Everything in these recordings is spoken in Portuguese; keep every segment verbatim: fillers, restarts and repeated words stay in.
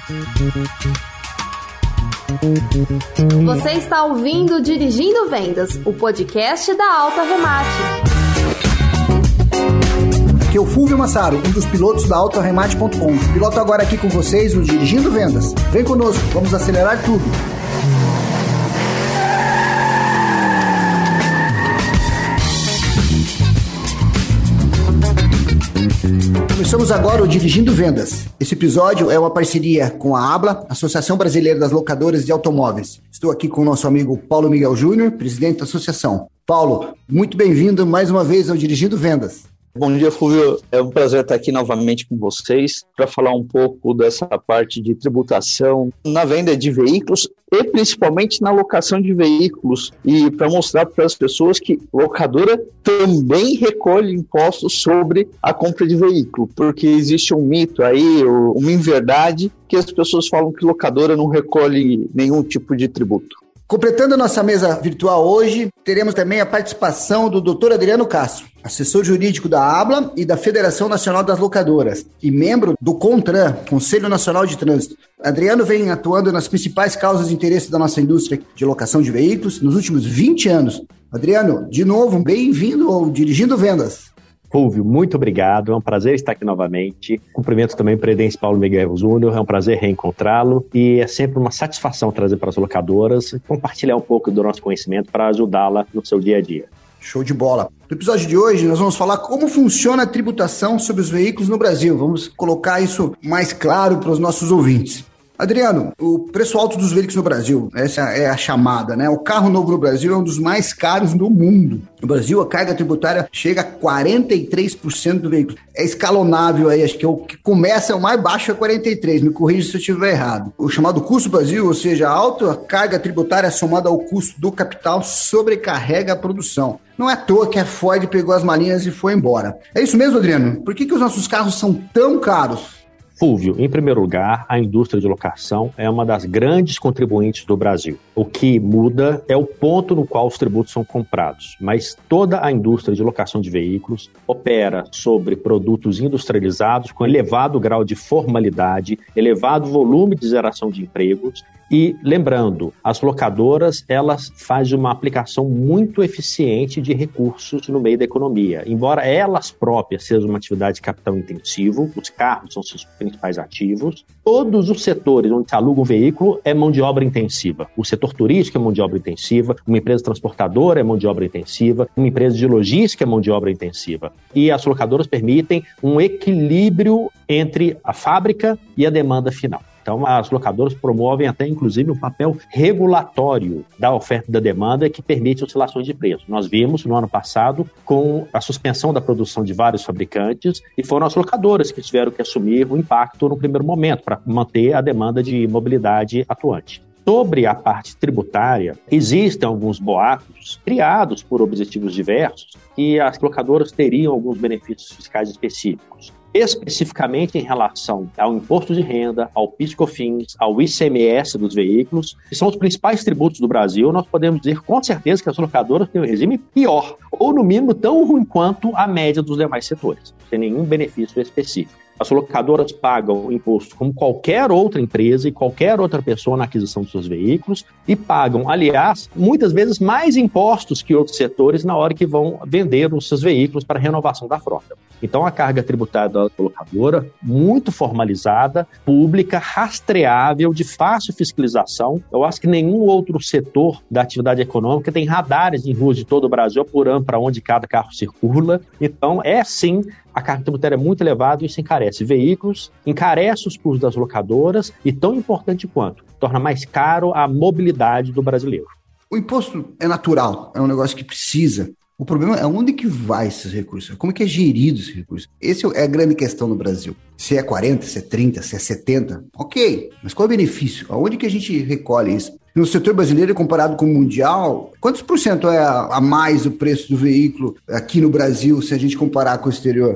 Você está ouvindo Dirigindo Vendas, o podcast da Alta Remate. Aqui é o Fulvio Massaro, um dos pilotos da Alta Remate ponto com. Piloto agora aqui com vocês o Dirigindo Vendas. Vem conosco, vamos acelerar tudo. Começamos agora o Dirigindo Vendas. Esse episódio é uma parceria com a ABLA, Associação Brasileira das Locadoras de Automóveis. Estou aqui com o nosso amigo Paulo Miguel Júnior, presidente da associação. Paulo, muito bem-vindo mais uma vez ao Dirigindo Vendas. Bom dia, Fulvio. É um prazer estar aqui novamente com vocês para falar um pouco dessa parte de tributação na venda de veículos e principalmente na locação de veículos, e para mostrar para as pessoas que locadora também recolhe impostos sobre a compra de veículo, porque existe um mito aí, uma inverdade, que as pessoas falam que locadora não recolhe nenhum tipo de tributo. Completando a nossa mesa virtual hoje, teremos também a participação do doutor Adriano Castro, assessor jurídico da ABLA e da Federação Nacional das Locadoras e membro do CONTRAN, Conselho Nacional de Trânsito. Adriano vem atuando nas principais causas de interesse da nossa indústria de locação de veículos nos últimos vinte anos. Adriano, de novo, bem-vindo ao Dirigindo Vendas. Fulvio, muito obrigado, é um prazer estar aqui novamente. Cumprimento também o presidente Paulo Miguel Júnior, é um prazer reencontrá-lo e é sempre uma satisfação trazer para as locadoras e compartilhar um pouco do nosso conhecimento para ajudá-la no seu dia a dia. Show de bola. No episódio de hoje, nós vamos falar como funciona a tributação sobre os veículos no Brasil. Vamos colocar isso mais claro para os nossos ouvintes. Adriano, o preço alto dos veículos no Brasil, essa é a chamada, né? O carro novo no Brasil é um dos mais caros do mundo. No Brasil, a carga tributária chega a quarenta e três por cento do veículo. É escalonável aí, acho que o que começa é o mais baixo é quarenta e três por cento, me corrija se eu estiver errado. O chamado custo Brasil, ou seja, a alta carga tributária somada ao custo do capital sobrecarrega a produção. Não é à toa que a Ford pegou as malinhas e foi embora. É isso mesmo, Adriano? Por que que os nossos carros são tão caros? Fulvio, em primeiro lugar, a indústria de locação é uma das grandes contribuintes do Brasil. O que muda é o ponto no qual os tributos são comprados, mas toda a indústria de locação de veículos opera sobre produtos industrializados com elevado grau de formalidade, elevado volume de geração de empregos. E, lembrando, as locadoras, elas fazem uma aplicação muito eficiente de recursos no meio da economia. Embora elas próprias sejam uma atividade de capital intensivo, os carros são seus principais ativos, todos os setores onde se aluga um veículo é mão de obra intensiva. O setor turístico é mão de obra intensiva, uma empresa transportadora é mão de obra intensiva, uma empresa de logística é mão de obra intensiva. E as locadoras permitem um equilíbrio entre a fábrica e a demanda final. Então, as locadoras promovem até, inclusive, um papel regulatório da oferta e da demanda que permite oscilações de preço. Nós vimos no ano passado com a suspensão da produção de vários fabricantes e foram as locadoras que tiveram que assumir o impacto no primeiro momento para manter a demanda de mobilidade atuante. Sobre a parte tributária, existem alguns boatos criados por objetivos diversos que as locadoras teriam alguns benefícios fiscais específicos. Especificamente em relação ao imposto de renda, ao PIS/COFINS, ao I C M S dos veículos, que são os principais tributos do Brasil, nós podemos dizer com certeza que as locadoras têm um regime pior, ou no mínimo tão ruim quanto a média dos demais setores, sem nenhum benefício específico. As locadoras pagam imposto como qualquer outra empresa e qualquer outra pessoa na aquisição de seus veículos e pagam, aliás, muitas vezes mais impostos que outros setores na hora que vão vender os seus veículos para a renovação da frota. Então, a carga tributária da locadora, muito formalizada, pública, rastreável, de fácil fiscalização. Eu acho que nenhum outro setor da atividade econômica tem radares em ruas de todo o Brasil apurando para onde cada carro circula. Então, é sim, a carga tributária é muito elevada e isso encarece veículos, encarece os custos das locadoras e, tão importante quanto, torna mais caro a mobilidade do brasileiro. O imposto é natural, é um negócio que precisa. O problema é onde que vai esses recursos, como é que é gerido esse recurso. Essa é a grande questão no Brasil. Se é quarenta, se é trinta, se é setenta, ok, mas qual é o benefício? Aonde que a gente recolhe isso? No setor brasileiro, comparado com o mundial, quantos por cento é a mais o preço do veículo aqui no Brasil, se a gente comparar com o exterior?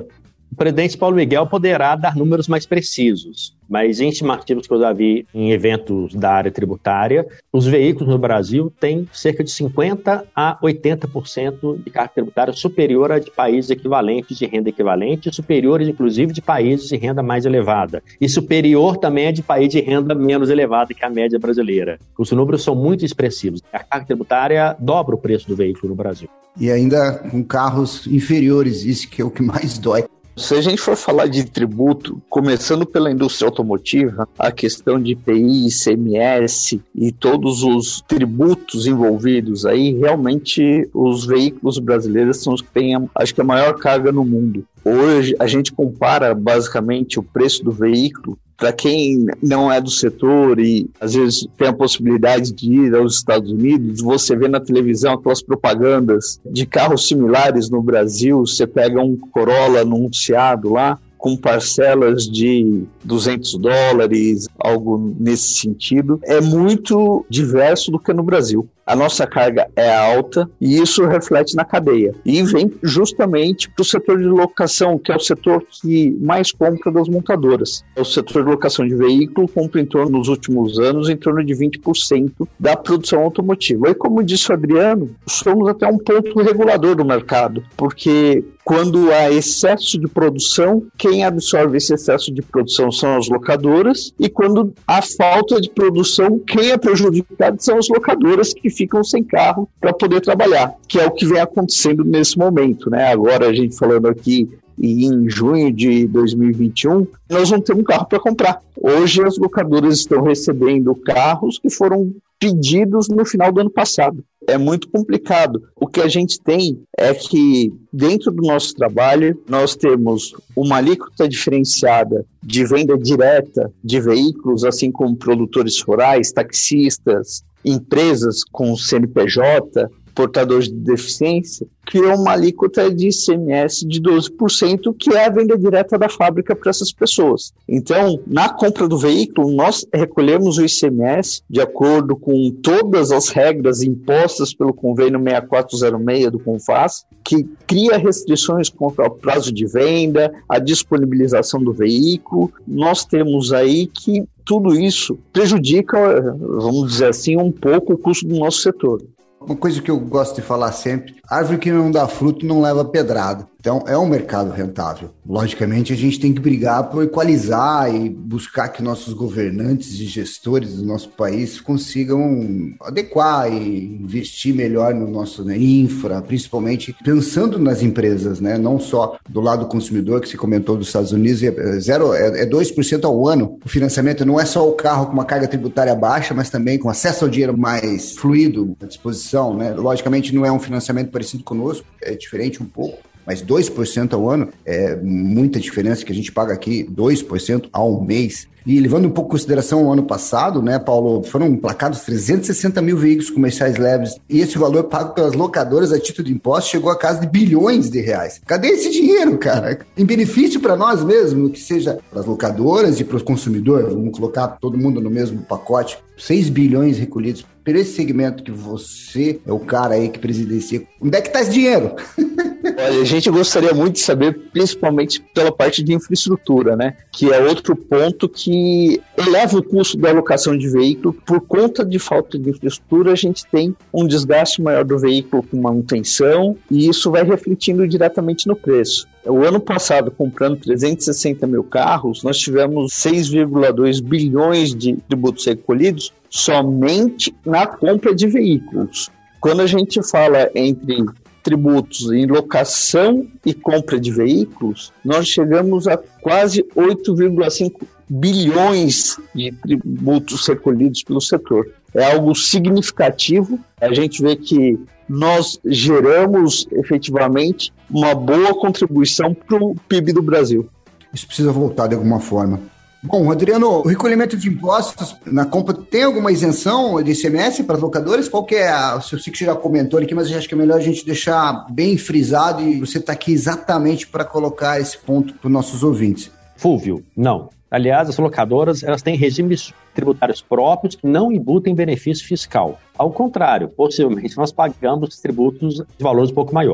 O presidente Paulo Miguel poderá dar números mais precisos, mas em estimativas que eu já vi em eventos da área tributária, os veículos no Brasil têm cerca de cinquenta a oitenta por cento de carga tributária superior a de países equivalentes de renda equivalente, superiores inclusive de países de renda mais elevada, e superior também a de países de renda menos elevada que a média brasileira. Os números são muito expressivos. A carga tributária dobra o preço do veículo no Brasil. E ainda com carros inferiores, isso que é o que mais dói. Se a gente for falar de tributo, começando pela indústria automotiva, a questão de I P I, I C M S e todos os tributos envolvidos aí, realmente os veículos brasileiros são os que têm, acho que, a maior carga no mundo. Hoje a gente compara basicamente o preço do veículo. Para quem não é do setor e às vezes tem a possibilidade de ir aos Estados Unidos, você vê na televisão aquelas propagandas de carros similares no Brasil, você pega um Corolla anunciado lá, com parcelas de duzentos dólares, algo nesse sentido, é muito diverso do que no Brasil. A nossa carga é alta e isso reflete na cadeia. E vem justamente para o setor de locação, que é o setor que mais compra das montadoras. O setor de locação de veículo compra em torno, nos últimos anos, em torno de vinte por cento da produção automotiva. E como disse o Adriano, somos até um ponto regulador do mercado, porque quando há excesso de produção, quem absorve esse excesso de produção são as locadoras, e quando há falta de produção, quem é prejudicado são as locadoras que ficam sem carro para poder trabalhar, que é o que vem acontecendo nesse momento, né? Agora a gente falando aqui em junho de dois mil e vinte e um, nós não temos um carro para comprar. Hoje as locadoras estão recebendo carros que foram pedidos no final do ano passado. É muito complicado. O que a gente tem é que dentro do nosso trabalho nós temos uma alíquota diferenciada de venda direta de veículos, assim como produtores rurais, taxistas, empresas com C N P J, portadores de deficiência, criou uma alíquota de I C M S de doze por cento, que é a venda direta da fábrica para essas pessoas. Então, na compra do veículo, nós recolhemos o I C M S de acordo com todas as regras impostas pelo convênio seis quatro zero seis do CONFAS, que cria restrições quanto ao prazo de venda, a disponibilização do veículo. Nós temos aí que tudo isso prejudica, vamos dizer assim, um pouco o custo do nosso setor. Uma coisa que eu gosto de falar sempre, árvore que não dá fruto não leva pedrada. Então, é um mercado rentável. Logicamente, a gente tem que brigar por equalizar e buscar que nossos governantes e gestores do nosso país consigam adequar e investir melhor no nosso né, infra, principalmente pensando nas empresas, né? Não só do lado do consumidor, que se comentou dos Estados Unidos, é, zero, é, é dois por cento ao ano. O financiamento não é só o carro com uma carga tributária baixa, mas também com acesso ao dinheiro mais fluido à disposição, né? Logicamente, não é um financiamento parecido conosco, é diferente um pouco. Mas dois por cento ao ano é muita diferença que a gente paga aqui, dois por cento ao mês. E levando um pouco em consideração o ano passado, né, Paulo, foram emplacados trezentos e sessenta mil veículos comerciais leves e esse valor pago pelas locadoras a título de imposto chegou a casa de bilhões de reais. Cadê esse dinheiro, cara? Em benefício para nós mesmos, que seja para as locadoras e para os consumidores, vamos colocar todo mundo no mesmo pacote, seis bilhões recolhidos por esse segmento que você é o cara aí que presidencia. Onde é que está esse dinheiro? Olha, a gente gostaria muito de saber, principalmente pela parte de infraestrutura, né? Que é outro ponto que eleva o custo da alocação de veículo. Por conta de falta de infraestrutura, a gente tem um desgaste maior do veículo com manutenção e isso vai refletindo diretamente no preço. O ano passado, comprando trezentos e sessenta mil carros, nós tivemos seis vírgula dois bilhões de tributos recolhidos somente na compra de veículos. Quando a gente fala entre tributos em locação e compra de veículos, nós chegamos a quase oito vírgula cinco bilhões de tributos recolhidos pelo setor. É algo significativo. A gente vê que nós geramos efetivamente uma boa contribuição para o P I B do Brasil. Isso precisa voltar de alguma forma. Bom, Adriano, o recolhimento de impostos na compra tem alguma isenção de I C M S para as locadoras? Qual que é a... Eu sei que você já comentou aqui, mas eu acho que é melhor a gente deixar bem frisado e você está aqui exatamente para colocar esse ponto para os nossos ouvintes. Fúvio, não. Aliás, as locadoras elas têm regimes tributários próprios que não imputem benefício fiscal. Ao contrário, possivelmente nós pagamos tributos de valores um pouco maior.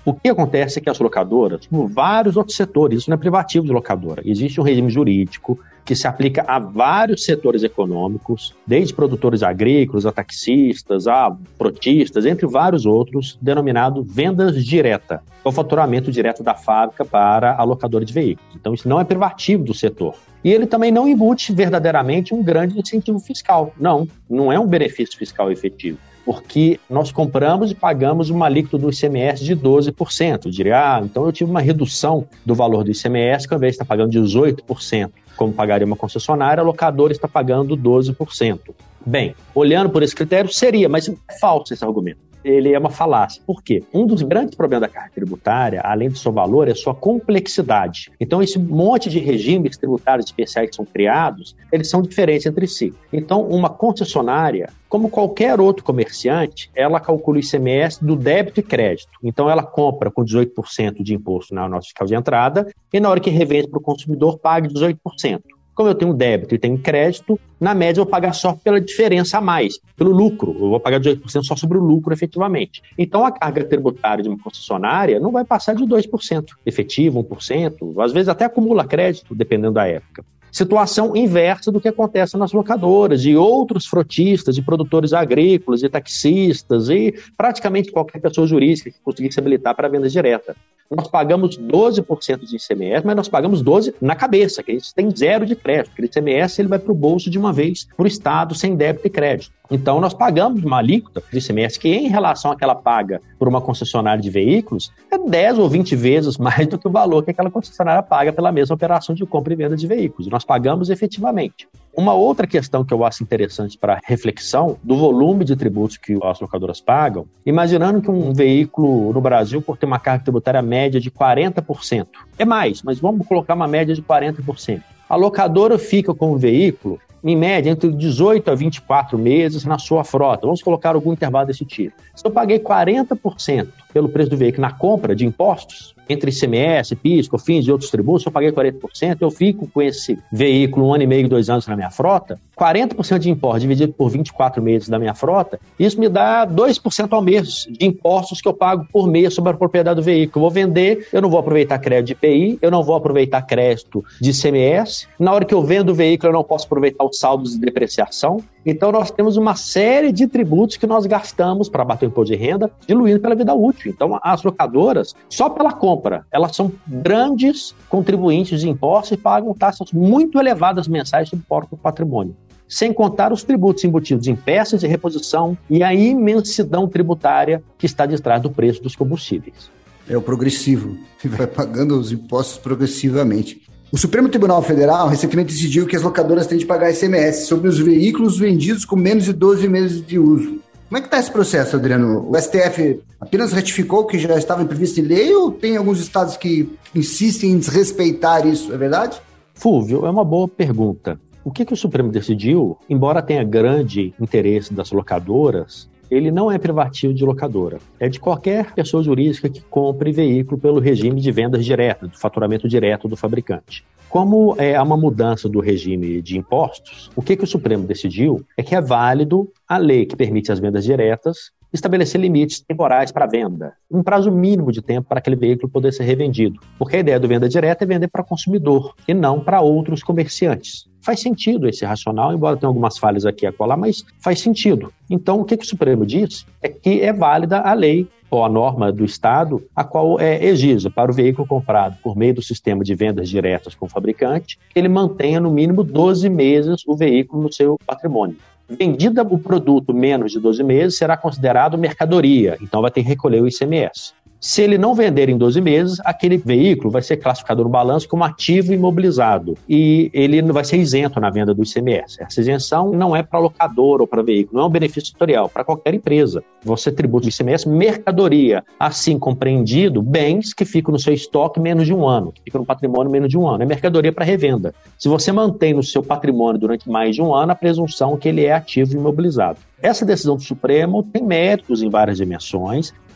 O que acontece é que as locadoras, como vários outros setores, isso não é privativo de locadora, existe um regime jurídico que se aplica a vários setores econômicos, desde produtores agrícolas, a taxistas, a frotistas, entre vários outros, denominado vendas direta, é o faturamento direto da fábrica para a locadora de veículos. Então, isso não é privativo do setor. E ele também não embute verdadeiramente um grande incentivo fiscal. Não, não é um benefício fiscal efetivo. Porque nós compramos e pagamos uma alíquota do I C M S de doze por cento. Eu diria, ah, então eu tive uma redução do valor do I C M S, que ao invés de estar pagando dezoito por cento, como pagaria uma concessionária, a locadora está pagando doze por cento. Bem, olhando por esse critério, seria, mas é falso esse argumento. Ele é uma falácia. Por quê? Um dos grandes problemas da carga tributária, além do seu valor, é a sua complexidade. Então, esse monte de regimes tributários especiais que são criados, eles são diferentes entre si. Então, uma concessionária, como qualquer outro comerciante, ela calcula o I C M S do débito e crédito. Então, ela compra com dezoito por cento de imposto na nota fiscal de entrada e na hora que revende para o consumidor, paga dezoito por cento. Como eu tenho débito e tenho crédito, na média eu vou pagar só pela diferença a mais, pelo lucro. Eu vou pagar dezoito por cento só sobre o lucro efetivamente. Então a carga tributária de uma concessionária não vai passar de dois por cento efetivo, um por cento, às vezes até acumula crédito, dependendo da época. Situação inversa do que acontece nas locadoras, de outros frotistas, de produtores agrícolas, de taxistas e praticamente qualquer pessoa jurídica que conseguir se habilitar para a venda direta. Nós pagamos doze por cento de I C M S, mas nós pagamos doze por cento na cabeça, que a gente tem zero de crédito. Aquele I C M S ele vai para o bolso de uma vez para o Estado sem débito e crédito. Então, nós pagamos uma alíquota de I C M S que, em relação àquela paga por uma concessionária de veículos, é dez ou vinte vezes mais do que o valor que aquela concessionária paga pela mesma operação de compra e venda de veículos. Nós pagamos efetivamente. Uma outra questão que eu acho interessante para reflexão do volume de tributos que as locadoras pagam, imaginando que um veículo no Brasil, por ter uma carga tributária média de quarenta por cento, é mais, mas vamos colocar uma média de quarenta por cento. A locadora fica com o veículo, em média, entre dezoito a vinte e quatro meses na sua frota. Vamos colocar algum intervalo desse tipo. Se eu paguei quarenta por cento pelo preço do veículo na compra de impostos, entre I C M S, P I S, COFINS e outros tributos, se eu paguei quarenta por cento, eu fico com esse veículo um ano e meio, dois anos na minha frota, quarenta por cento de imposto dividido por vinte e quatro meses da minha frota, isso me dá dois por cento ao mês de impostos que eu pago por mês sobre a propriedade do veículo. Eu vou vender, eu não vou aproveitar crédito de I P I, eu não vou aproveitar crédito de I C M S, na hora que eu vendo o veículo eu não posso aproveitar os saldos de depreciação. Então nós temos uma série de tributos que nós gastamos para bater o imposto de renda, diluindo pela vida útil. Então as locadoras, só pela compra, elas são grandes contribuintes de impostos e pagam taxas muito elevadas mensais sobre o próprio patrimônio. Sem contar os tributos embutidos em peças de reposição e a imensidão tributária que está de trás do preço dos combustíveis. É o progressivo, vai pagando os impostos progressivamente. O Supremo Tribunal Federal recentemente decidiu que as locadoras têm de pagar I C M S sobre os veículos vendidos com menos de doze meses de uso. Como é que está esse processo, Adriano? O S T F apenas ratificou o que já estava previsto em lei ou tem alguns estados que insistem em desrespeitar isso, é verdade? Fúvio, é uma boa pergunta. O que, que o Supremo decidiu, embora tenha grande interesse das locadoras, ele não é privativo de locadora. É de qualquer pessoa jurídica que compre veículo pelo regime de vendas diretas, do faturamento direto do fabricante. Como é, há uma mudança do regime de impostos, o que, que o Supremo decidiu é que é válido a lei que permite as vendas diretas estabelecer limites temporais para a venda, um prazo mínimo de tempo para aquele veículo poder ser revendido. Porque a ideia do venda direta é vender para consumidor e não para outros comerciantes. Faz sentido esse racional, embora tenha algumas falhas aqui e acolá, mas faz sentido. Então, o que, que o Supremo diz é que é válida a lei ou a norma do Estado, a qual é exige para o veículo comprado por meio do sistema de vendas diretas com o fabricante, que ele mantenha no mínimo doze meses o veículo no seu patrimônio. Vendida o produto menos de doze meses, será considerado mercadoria, então vai ter que recolher o I C M S. Se ele não vender em doze meses, aquele veículo vai ser classificado no balanço como ativo imobilizado e ele não vai ser isento na venda do I C M S. Essa isenção não é para locador ou para veículo, não é um benefício setorial, para qualquer empresa. Você tributa o I C M S mercadoria, assim compreendido, bens que ficam no seu estoque menos de um ano, que ficam no patrimônio menos de um ano. É mercadoria para revenda. Se você mantém no seu patrimônio durante mais de um ano, a presunção é que ele é ativo imobilizado. Essa decisão do Supremo tem méritos em várias dimensões.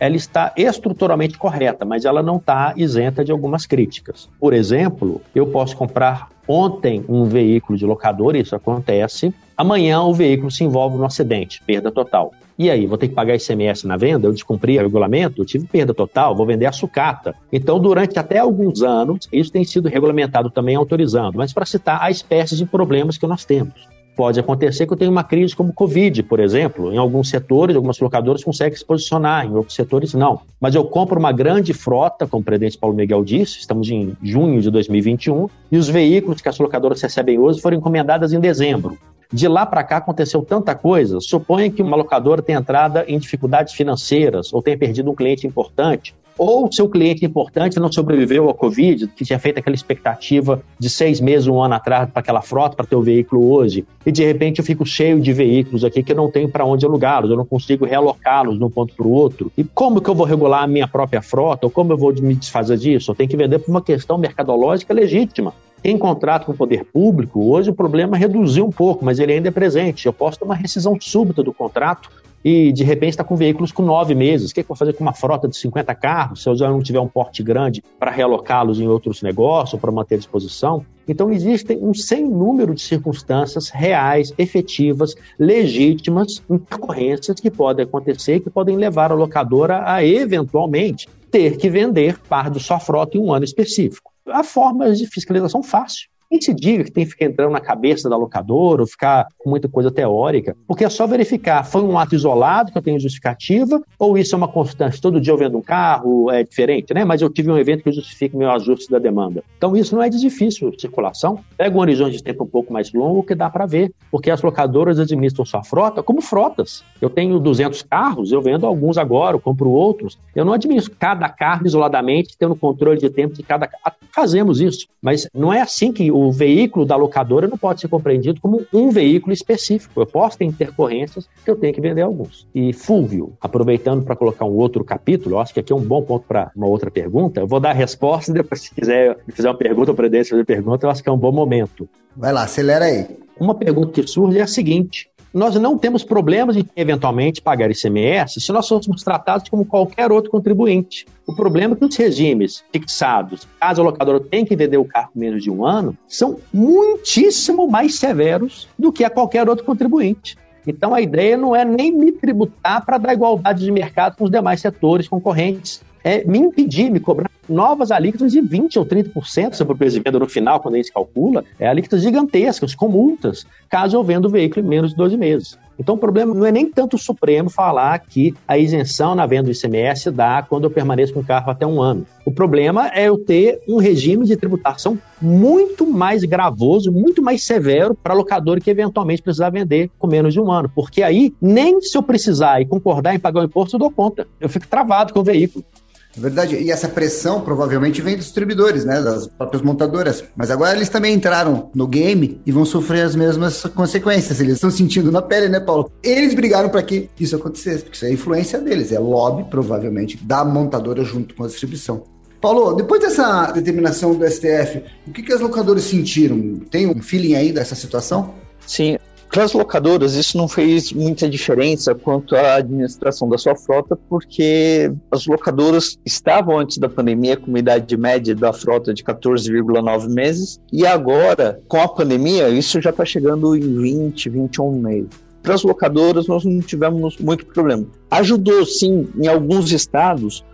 ela está estruturalmente correta, mas ela não está isenta de algumas críticas. Por exemplo, eu posso comprar ontem um veículo de locadora, isso acontece, amanhã o veículo se envolve num acidente, perda total. E aí, vou ter que pagar I C M S na venda? Eu descumpri o regulamento? Eu tive perda total? Vou vender a sucata? Então, durante até alguns anos, isso tem sido regulamentado também, autorizando, mas para citar a espécie de problemas que nós temos. Pode acontecer que eu tenha uma crise como Covid, por exemplo. Em alguns setores, algumas locadoras conseguem se posicionar, em outros setores não. Mas eu compro uma grande frota, como o presidente Paulo Miguel disse, estamos em junho de dois mil e vinte e um, e os veículos que as locadoras recebem hoje foram encomendados em dezembro. De lá para cá aconteceu tanta coisa. Suponha que uma locadora tenha entrado em dificuldades financeiras ou tenha perdido um cliente importante. Ou seu cliente importante não sobreviveu ao Covid, que tinha feito aquela expectativa de seis meses, um ano atrás para aquela frota, para ter o veículo hoje. E de repente eu fico cheio de veículos aqui que eu não tenho para onde alugá-los, eu não consigo realocá-los de um ponto para o outro. E como que eu vou regular a minha própria frota? Ou como eu vou me desfazer disso? Eu tenho que vender por uma questão mercadológica legítima. Em contrato com o poder público, hoje o problema reduziu um pouco, mas ele ainda é presente. Eu posso ter uma rescisão súbita do contrato e, de repente, está com veículos com nove meses. O que eu vou fazer com uma frota de cinquenta carros, se eu já não tiver um porte grande para realocá-los em outros negócios, para manter à disposição? Então, existem um sem número de circunstâncias reais, efetivas, legítimas, intercorrências que podem acontecer, que podem levar a locadora a, eventualmente, ter que vender parte da sua frota em um ano específico. Há formas de fiscalização fácil. Quem se diga que tem que ficar entrando na cabeça da locadora ou ficar com muita coisa teórica, porque é só verificar, foi um ato isolado que eu tenho justificativa, ou isso é uma constância, todo dia eu vendo um carro, é diferente, né? Mas eu tive um evento que justifica o meu ajuste da demanda. Então isso não é de difícil circulação, pega um horizonte de tempo um pouco mais longo que dá para ver, porque as locadoras administram sua frota como frotas. Eu tenho duzentos carros, eu vendo alguns agora, eu compro outros, eu não administro cada carro isoladamente, tendo controle de tempo de cada carro. Fazemos isso, mas não é assim que o veículo da locadora não pode ser compreendido como um veículo específico. Eu posso ter intercorrências que eu tenho que vender alguns. E Fúvio, aproveitando para colocar um outro capítulo, eu acho que aqui é um bom ponto para uma outra pergunta, eu vou dar a resposta e depois, se quiser fizer uma pergunta ou pretender fazer pergunta, eu acho que é um bom momento. Vai lá, acelera aí. Uma pergunta que surge é a seguinte: nós não temos problemas em, eventualmente, pagar I C M S se nós fôssemos tratados como qualquer outro contribuinte. O problema é que os regimes fixados, caso a locadora tenha que vender o carro em menos de um ano, são muitíssimo mais severos do que a qualquer outro contribuinte. Então, a ideia não é nem me tributar para dar igualdade de mercado com os demais setores concorrentes. É me impedir, me cobrar novas alíquotas de vinte por cento ou trinta por cento sobre o preço de venda no final, quando a gente calcula, é alíquotas gigantescas, com multas, caso eu venda o veículo em menos de doze meses. Então o problema não é nem tanto o Supremo falar que a isenção na venda do I C M S dá quando eu permaneço com o carro até um ano. O problema é eu ter um regime de tributação muito mais gravoso, muito mais severo para locador que eventualmente precisar vender com menos de um ano. Porque aí, nem se eu precisar e concordar em pagar o imposto, eu dou conta. Eu fico travado com o veículo. Verdade, e essa pressão provavelmente vem dos distribuidores, né, das próprias montadoras, mas agora eles também entraram no game e vão sofrer as mesmas consequências, eles estão sentindo na pele, né, Paulo? Eles brigaram para que isso acontecesse, porque isso é a influência deles, é lobby, provavelmente, da montadora junto com a distribuição. Paulo, depois dessa determinação do S T F, o que, que as locadoras sentiram? Tem um feeling aí dessa situação? Sim. Para as locadoras, isso não fez muita diferença quanto à administração da sua frota, porque as locadoras estavam antes da pandemia com uma idade média da frota de quatorze vírgula nove meses, e agora, com a pandemia, isso já está chegando em vinte, vinte e um meses. Para as locadoras, nós não tivemos muito problema. Ajudou, sim, em alguns estados,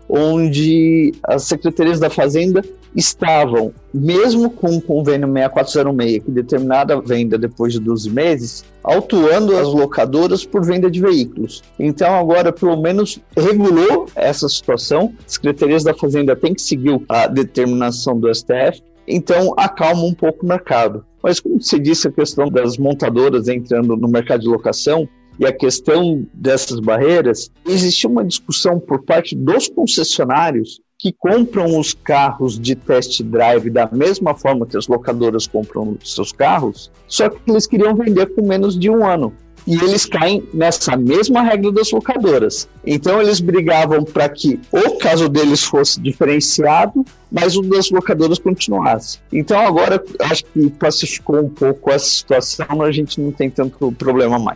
onde as secretarias da Fazenda estavam, mesmo com o convênio seis mil quatrocentos e seis, que determinada a venda depois de doze meses, autuando as locadoras por venda de veículos. Então, agora, pelo menos, regulou essa situação. As secretarias da Fazenda têm que seguir a determinação do S T F, então acalma um pouco o mercado. Mas, como você disse, a questão das montadoras entrando no mercado de locação e a questão dessas barreiras, existiu uma discussão por parte dos concessionários que compram os carros de test drive da mesma forma que as locadoras compram os seus carros, só que eles queriam vender com menos de um ano. E eles caem nessa mesma regra das locadoras. Então eles brigavam para que o caso deles fosse diferenciado, mas o das locadoras continuasse. Então agora acho que pacificou um pouco essa situação, a gente não tem tanto problema mais.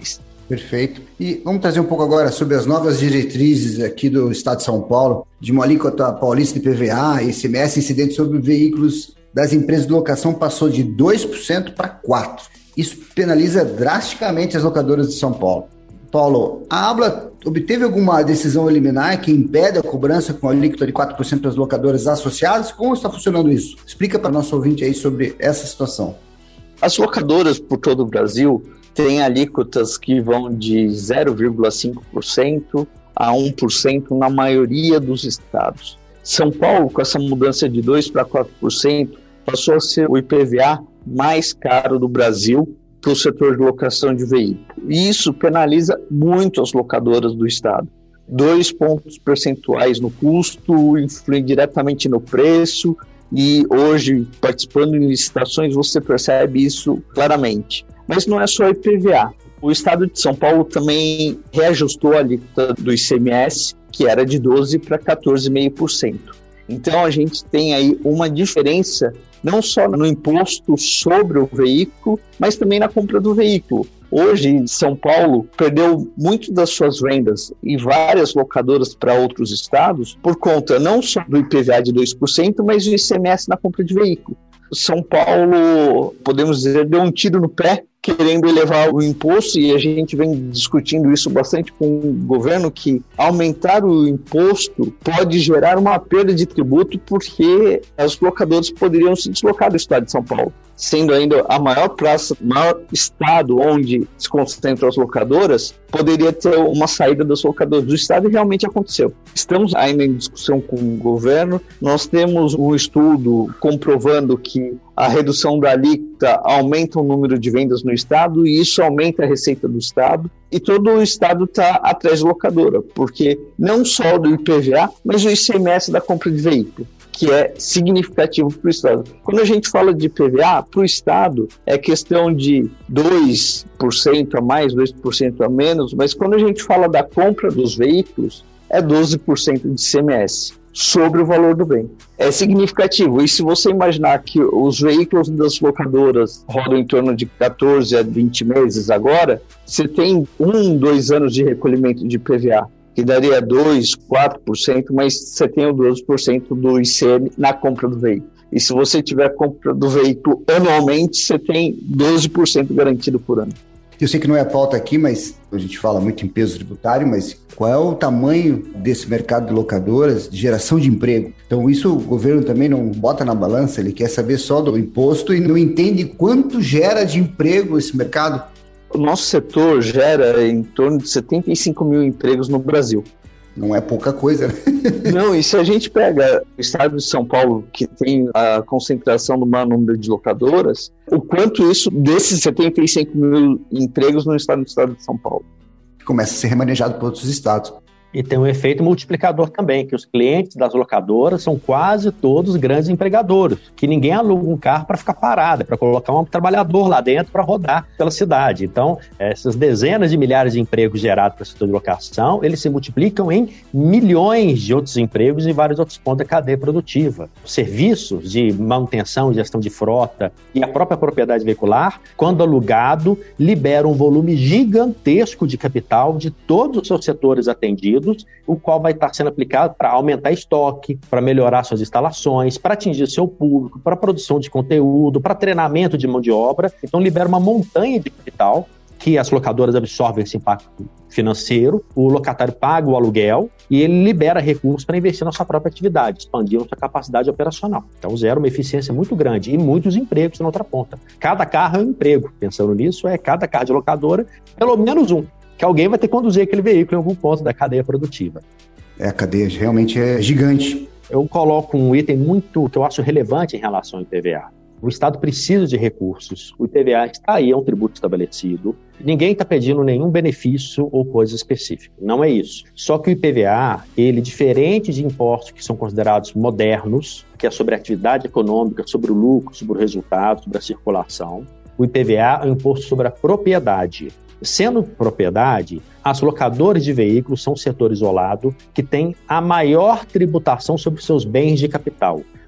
Perfeito. E vamos trazer um pouco agora sobre as novas diretrizes aqui do Estado de São Paulo, de uma alíquota paulista de P V A, I C M S incidente sobre veículos das empresas de locação passou de dois por cento para quatro por cento. Isso penaliza drasticamente as locadoras de São Paulo. Paulo, a ABLA obteve alguma decisão liminar que impede a cobrança com a alíquota de quatro por cento para as locadoras associadas? Como está funcionando isso? Explica para o nosso ouvinte aí sobre essa situação. As locadoras por todo o Brasil têm alíquotas que vão de zero vírgula cinco por cento a um por cento na maioria dos estados. São Paulo, com essa mudança de dois por cento para quatro por cento, passou a ser o I P V A mais caro do Brasil para o setor de locação de veículo. E isso penaliza muito as locadoras do estado. Dois pontos percentuais no custo, influem diretamente no preço, e hoje, participando em licitações, você percebe isso claramente. Mas não é só I P V A. O estado de São Paulo também reajustou a alíquota do I C M S, que era de doze por cento para quatorze vírgula cinco por cento. Então a gente tem aí uma diferença não só no imposto sobre o veículo, mas também na compra do veículo. Hoje, São Paulo perdeu muito das suas vendas e várias locadoras para outros estados por conta não só do I P V A de dois por cento, mas do I C M S na compra de veículo. São Paulo, podemos dizer, deu um tiro no pé querendo elevar o imposto, e a gente vem discutindo isso bastante com o governo, que aumentar o imposto pode gerar uma perda de tributo, porque os locadores poderiam se deslocar do estado de São Paulo, sendo ainda a maior praça, o maior estado onde se concentram as locadoras, poderia ter uma saída dos locadores do estado, e realmente aconteceu. Estamos ainda em discussão com o governo, nós temos um estudo comprovando que a redução da alíquota aumenta o número de vendas no estado, e isso aumenta a receita do estado, e todo o estado está atrás de locadora, porque não só do I P V A, mas o I C M S da compra de veículo, que é significativo para o estado. Quando a gente fala de I P V A, para o estado é questão de dois por cento a mais, dois por cento a menos, mas quando a gente fala da compra dos veículos, é doze por cento de I C M S sobre o valor do bem. É significativo. E se você imaginar que os veículos das locadoras rodam em torno de quatorze a vinte meses agora, você tem um, dois anos de recolhimento de I P V A, que daria dois, quatro por cento, mas você tem o doze por cento do I C M na compra do veículo. E se você tiver a compra do veículo anualmente, você tem doze por cento garantido por ano. Eu sei que não é a pauta aqui, mas a gente fala muito em peso tributário, mas qual é o tamanho desse mercado de locadoras, de geração de emprego? Então isso o governo também não bota na balança, ele quer saber só do imposto e não entende quanto gera de emprego esse mercado? O nosso setor gera em torno de setenta e cinco mil empregos no Brasil. Não é pouca coisa, né? Não, e se a gente pega o estado de São Paulo, que tem a concentração do maior número de locadoras, o quanto isso, desses setenta e cinco mil empregos no estado do estado de São Paulo. Começa a ser remanejado por outros estados. E tem um efeito multiplicador também, que os clientes das locadoras são quase todos grandes empregadores, que ninguém aluga um carro para ficar parado, para colocar um trabalhador lá dentro para rodar pela cidade. Então, essas dezenas de milhares de empregos gerados para o setor de locação, eles se multiplicam em milhões de outros empregos em vários outros pontos da cadeia produtiva. Os serviços de manutenção e gestão de frota e a própria propriedade veicular, quando alugado, liberam um volume gigantesco de capital de todos os seus setores atendidos, o qual vai estar sendo aplicado para aumentar estoque, para melhorar suas instalações, para atingir seu público, para produção de conteúdo, para treinamento de mão de obra. Então libera uma montanha de capital que as locadoras absorvem esse impacto financeiro, o locatário paga o aluguel e ele libera recursos para investir na sua própria atividade, expandindo sua capacidade operacional. Então gera uma eficiência muito grande e muitos empregos na outra ponta. Cada carro é um emprego. Pensando nisso, é cada carro de locadora, pelo menos um, que alguém vai ter que conduzir aquele veículo em algum ponto da cadeia produtiva. É, a cadeia realmente é gigante. Eu coloco um item muito que eu acho relevante em relação ao I P V A. O Estado precisa de recursos, o I P V A está aí, é um tributo estabelecido, ninguém está pedindo nenhum benefício ou coisa específica, não é isso. Só que o I P V A, ele, diferente de impostos que são considerados modernos, que é sobre a atividade econômica, sobre o lucro, sobre o resultado, sobre a circulação, o I P V A é um imposto sobre a propriedade. Sendo propriedade, as locadoras de veículos são um setor isolado que tem a maior tributação sobre seus bens de capital.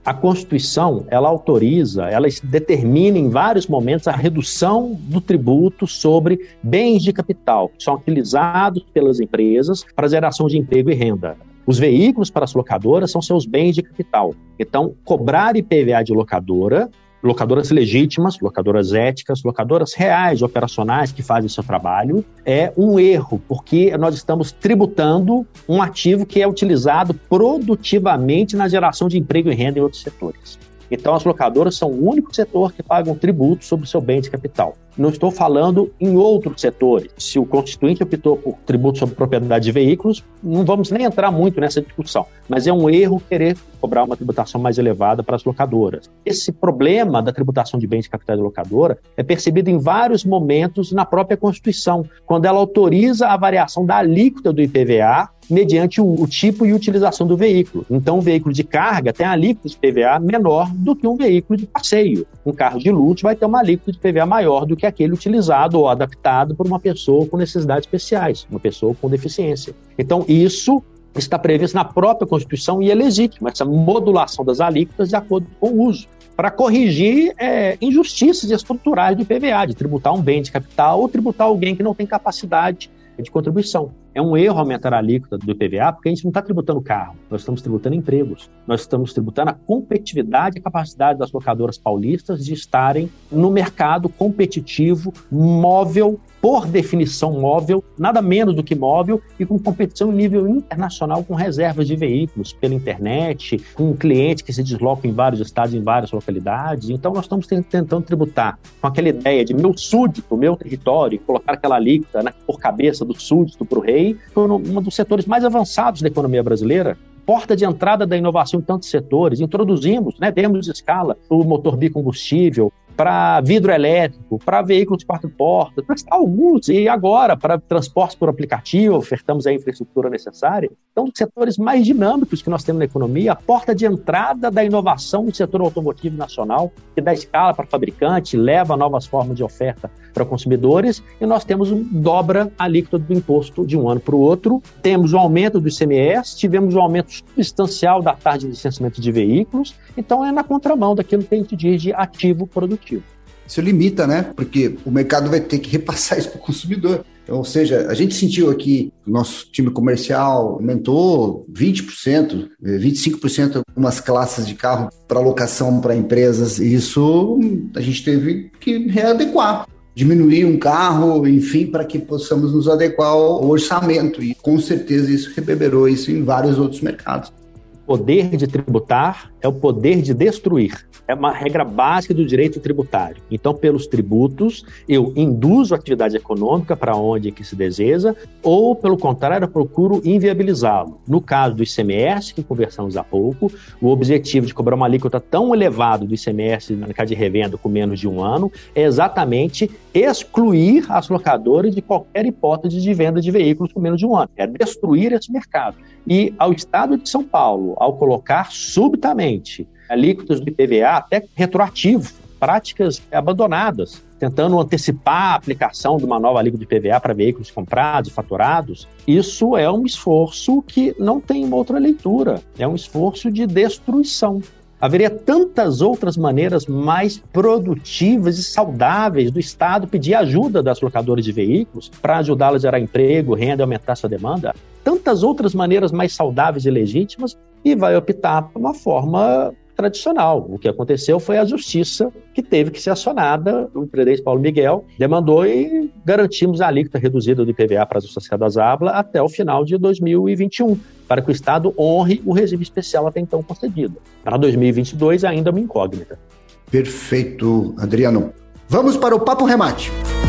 A Constituição, ela autoriza, ela determina em vários momentos a redução do tributo sobre bens de capital, que são utilizados pelas empresas para geração de emprego e renda. Os veículos para as locadoras são seus bens de capital. Então, cobrar I P V A de locadora, locadoras legítimas, locadoras éticas, locadoras reais, operacionais que fazem o seu trabalho, é um erro, porque nós estamos tributando um ativo que é utilizado produtivamente na geração de emprego e renda em outros setores. Então, as locadoras são o único setor que paga um tributo sobre o seu bem de capital. Não estou falando em outros setores. Se o Constituinte optou por tributo sobre propriedade de veículos, não vamos nem entrar muito nessa discussão. Mas é um erro querer cobrar uma tributação mais elevada para as locadoras. Esse problema da tributação de bens de capital de locadora é percebido em vários momentos na própria Constituição, quando ela autoriza a variação da alíquota do I P V A mediante o, o tipo e utilização do veículo. Então, um veículo de carga tem a alíquota de I P V A menor do que um veículo de passeio. Um carro de luxo vai ter uma alíquota de I P V A maior do que aquele utilizado ou adaptado por uma pessoa com necessidades especiais, uma pessoa com deficiência. Então, isso está previsto na própria Constituição e é legítimo, essa modulação das alíquotas de acordo com o uso, para corrigir é, injustiças estruturais do I P V A, de tributar um bem de capital ou tributar alguém que não tem capacidade de contribuição. É um erro aumentar a alíquota do I P V A, porque a gente não está tributando carro, nós estamos tributando empregos, nós estamos tributando a competitividade e a capacidade das locadoras paulistas de estarem no mercado competitivo, móvel, por definição móvel, nada menos do que móvel, e com competição em nível internacional com reservas de veículos pela internet, com clientes que se deslocam em vários estados, em várias localidades. Então nós estamos tentando tributar com aquela ideia de meu súdito, meu território, e colocar aquela alíquota, né, por cabeça do súdito para o rei, foi um dos setores mais avançados da economia brasileira, porta de entrada da inovação em tantos setores. Introduzimos, né, demos escala para o motor bicombustível, para vidro elétrico, para veículos de quatro portas, para alguns, e agora para transportes por aplicativo, ofertamos a infraestrutura necessária. Então, dos setores mais dinâmicos que nós temos na economia, a porta de entrada da inovação no setor automotivo nacional, que dá escala para fabricante, leva novas formas de oferta para consumidores, e nós temos um dobra a alíquota do imposto de um ano para o outro, temos o aumento do I C M S, tivemos um aumento substancial da taxa de licenciamento de veículos, então é na contramão daquilo que a gente diz de ativo produtivo. Isso limita, né? Porque o mercado vai ter que repassar isso para o consumidor. Então, ou seja, a gente sentiu aqui, o nosso time comercial aumentou vinte por cento, vinte e cinco por cento algumas classes de carro para locação para empresas, e isso a gente teve que readequar. Diminuir um carro, enfim, para que possamos nos adequar ao orçamento. E com certeza isso reverberou isso em vários outros mercados. O poder de tributar é o poder de destruir. É uma regra básica do direito tributário. Então, pelos tributos, eu induzo a atividade econômica para onde que se deseja, ou, pelo contrário, eu procuro inviabilizá-lo. No caso do I C M S, que conversamos há pouco, o objetivo de cobrar uma alíquota tão elevada do I C M S no mercado de revenda com menos de um ano é exatamente excluir as locadoras de qualquer hipótese de venda de veículos com menos de um ano. É destruir esse mercado. E ao Estado de São Paulo, ao colocar subitamente alíquotas do I P V A, até retroativo, práticas abandonadas, tentando antecipar a aplicação de uma nova alíquota de I P V A para veículos comprados e faturados, isso é um esforço que não tem uma outra leitura, é um esforço de destruição. Haveria tantas outras maneiras mais produtivas e saudáveis do Estado pedir ajuda das locadoras de veículos para ajudá-las a gerar emprego, renda e aumentar sua demanda. Tantas outras maneiras mais saudáveis e legítimas, e vai optar por uma forma tradicional. O que aconteceu foi a justiça que teve que ser acionada, o presidente Paulo Miguel demandou e garantimos a alíquota reduzida do I P V A para as associadas à ABLA até o final de dois mil e vinte e um, para que o Estado honre o regime especial até então concedido. Para dois mil e vinte e dois ainda é uma incógnita. Perfeito, Adriano. Vamos para o Papo Remate.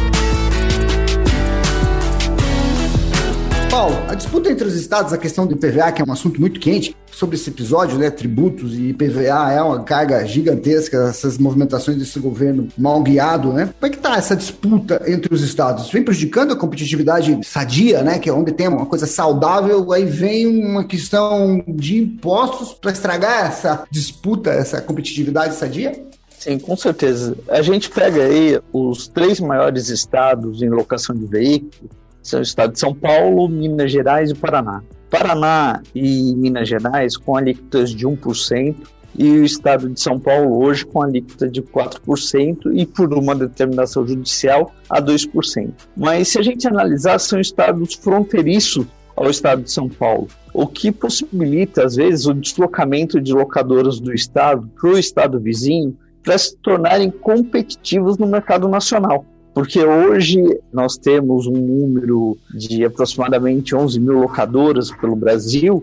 Paulo, a disputa entre os estados, a questão do I P V A, que é um assunto muito quente, sobre esse episódio, né, tributos e I P V A é uma carga gigantesca, essas movimentações desse governo mal guiado, né? Como é que está essa disputa entre os estados? Vem prejudicando a competitividade sadia, né, que é onde tem uma coisa saudável, aí vem uma questão de impostos para estragar essa disputa, essa competitividade sadia? Sim, com certeza. A gente pega aí os três maiores estados em locação de veículos, são o estado de São Paulo, Minas Gerais e Paraná. Paraná e Minas Gerais com alíquotas de um por cento e o estado de São Paulo hoje com alíquota de quatro por cento e por uma determinação judicial a dois por cento. Mas se a gente analisar, são estados fronteiriços ao estado de São Paulo, o que possibilita às vezes o deslocamento de locadoras do estado para o estado vizinho para se tornarem competitivos no mercado nacional. Porque hoje nós temos um número de aproximadamente onze mil locadoras pelo Brasil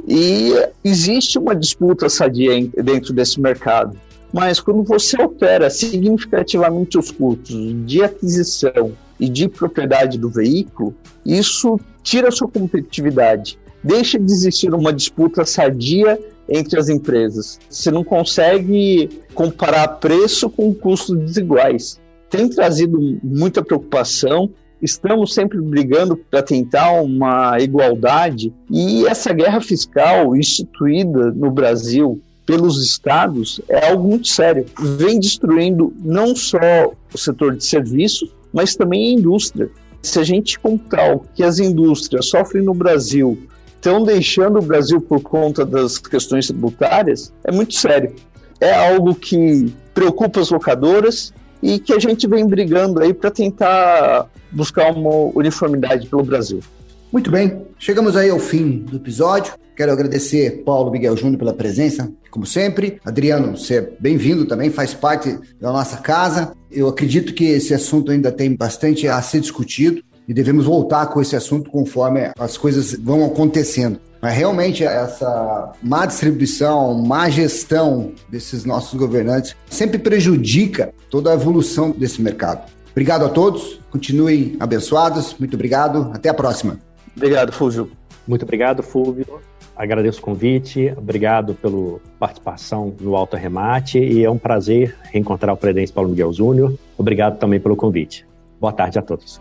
e existe uma disputa sadia dentro desse mercado. Mas quando você altera significativamente os custos de aquisição e de propriedade do veículo, isso tira a sua competitividade. Deixa de existir uma disputa sadia entre as empresas. Você não consegue comparar preço com custos desiguais. Tem trazido muita preocupação. Estamos sempre brigando para tentar uma igualdade, e essa guerra fiscal instituída no Brasil pelos estados é algo muito sério. Vem destruindo não só o setor de serviços, mas também a indústria. Se a gente contar o que as indústrias sofrem no Brasil, estão deixando o Brasil por conta das questões tributárias, é muito sério. É algo que preocupa as locadoras e que a gente vem brigando aí para tentar buscar uma uniformidade pelo Brasil. Muito bem, chegamos aí ao fim do episódio. Quero agradecer Paulo Miguel Júnior pela presença, como sempre. Adriano, você é bem-vindo também, faz parte da nossa casa. Eu acredito que esse assunto ainda tem bastante a ser discutido e devemos voltar com esse assunto conforme as coisas vão acontecendo. Mas realmente essa má distribuição, má gestão desses nossos governantes sempre prejudica toda a evolução desse mercado. Obrigado a todos, continuem abençoados, muito obrigado, até a próxima. Obrigado, Fúvio. Muito obrigado, Fúvio. Agradeço o convite, obrigado pela participação no Alto Remate e é um prazer reencontrar o Presidente Paulo Miguel Júnior. Obrigado também pelo convite. Boa tarde a todos.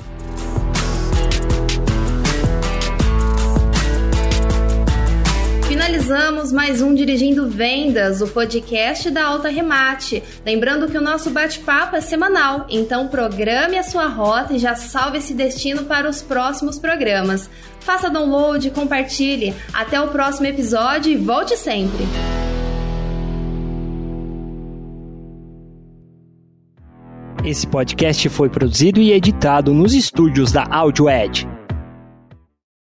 Finalizamos mais um Dirigindo Vendas, o podcast da Alta Remate. Lembrando que o nosso bate-papo é semanal, então programe a sua rota e já salve esse destino para os próximos programas. Faça download, compartilhe. Até o próximo episódio e volte sempre! Esse podcast foi produzido e editado nos estúdios da AudioEd.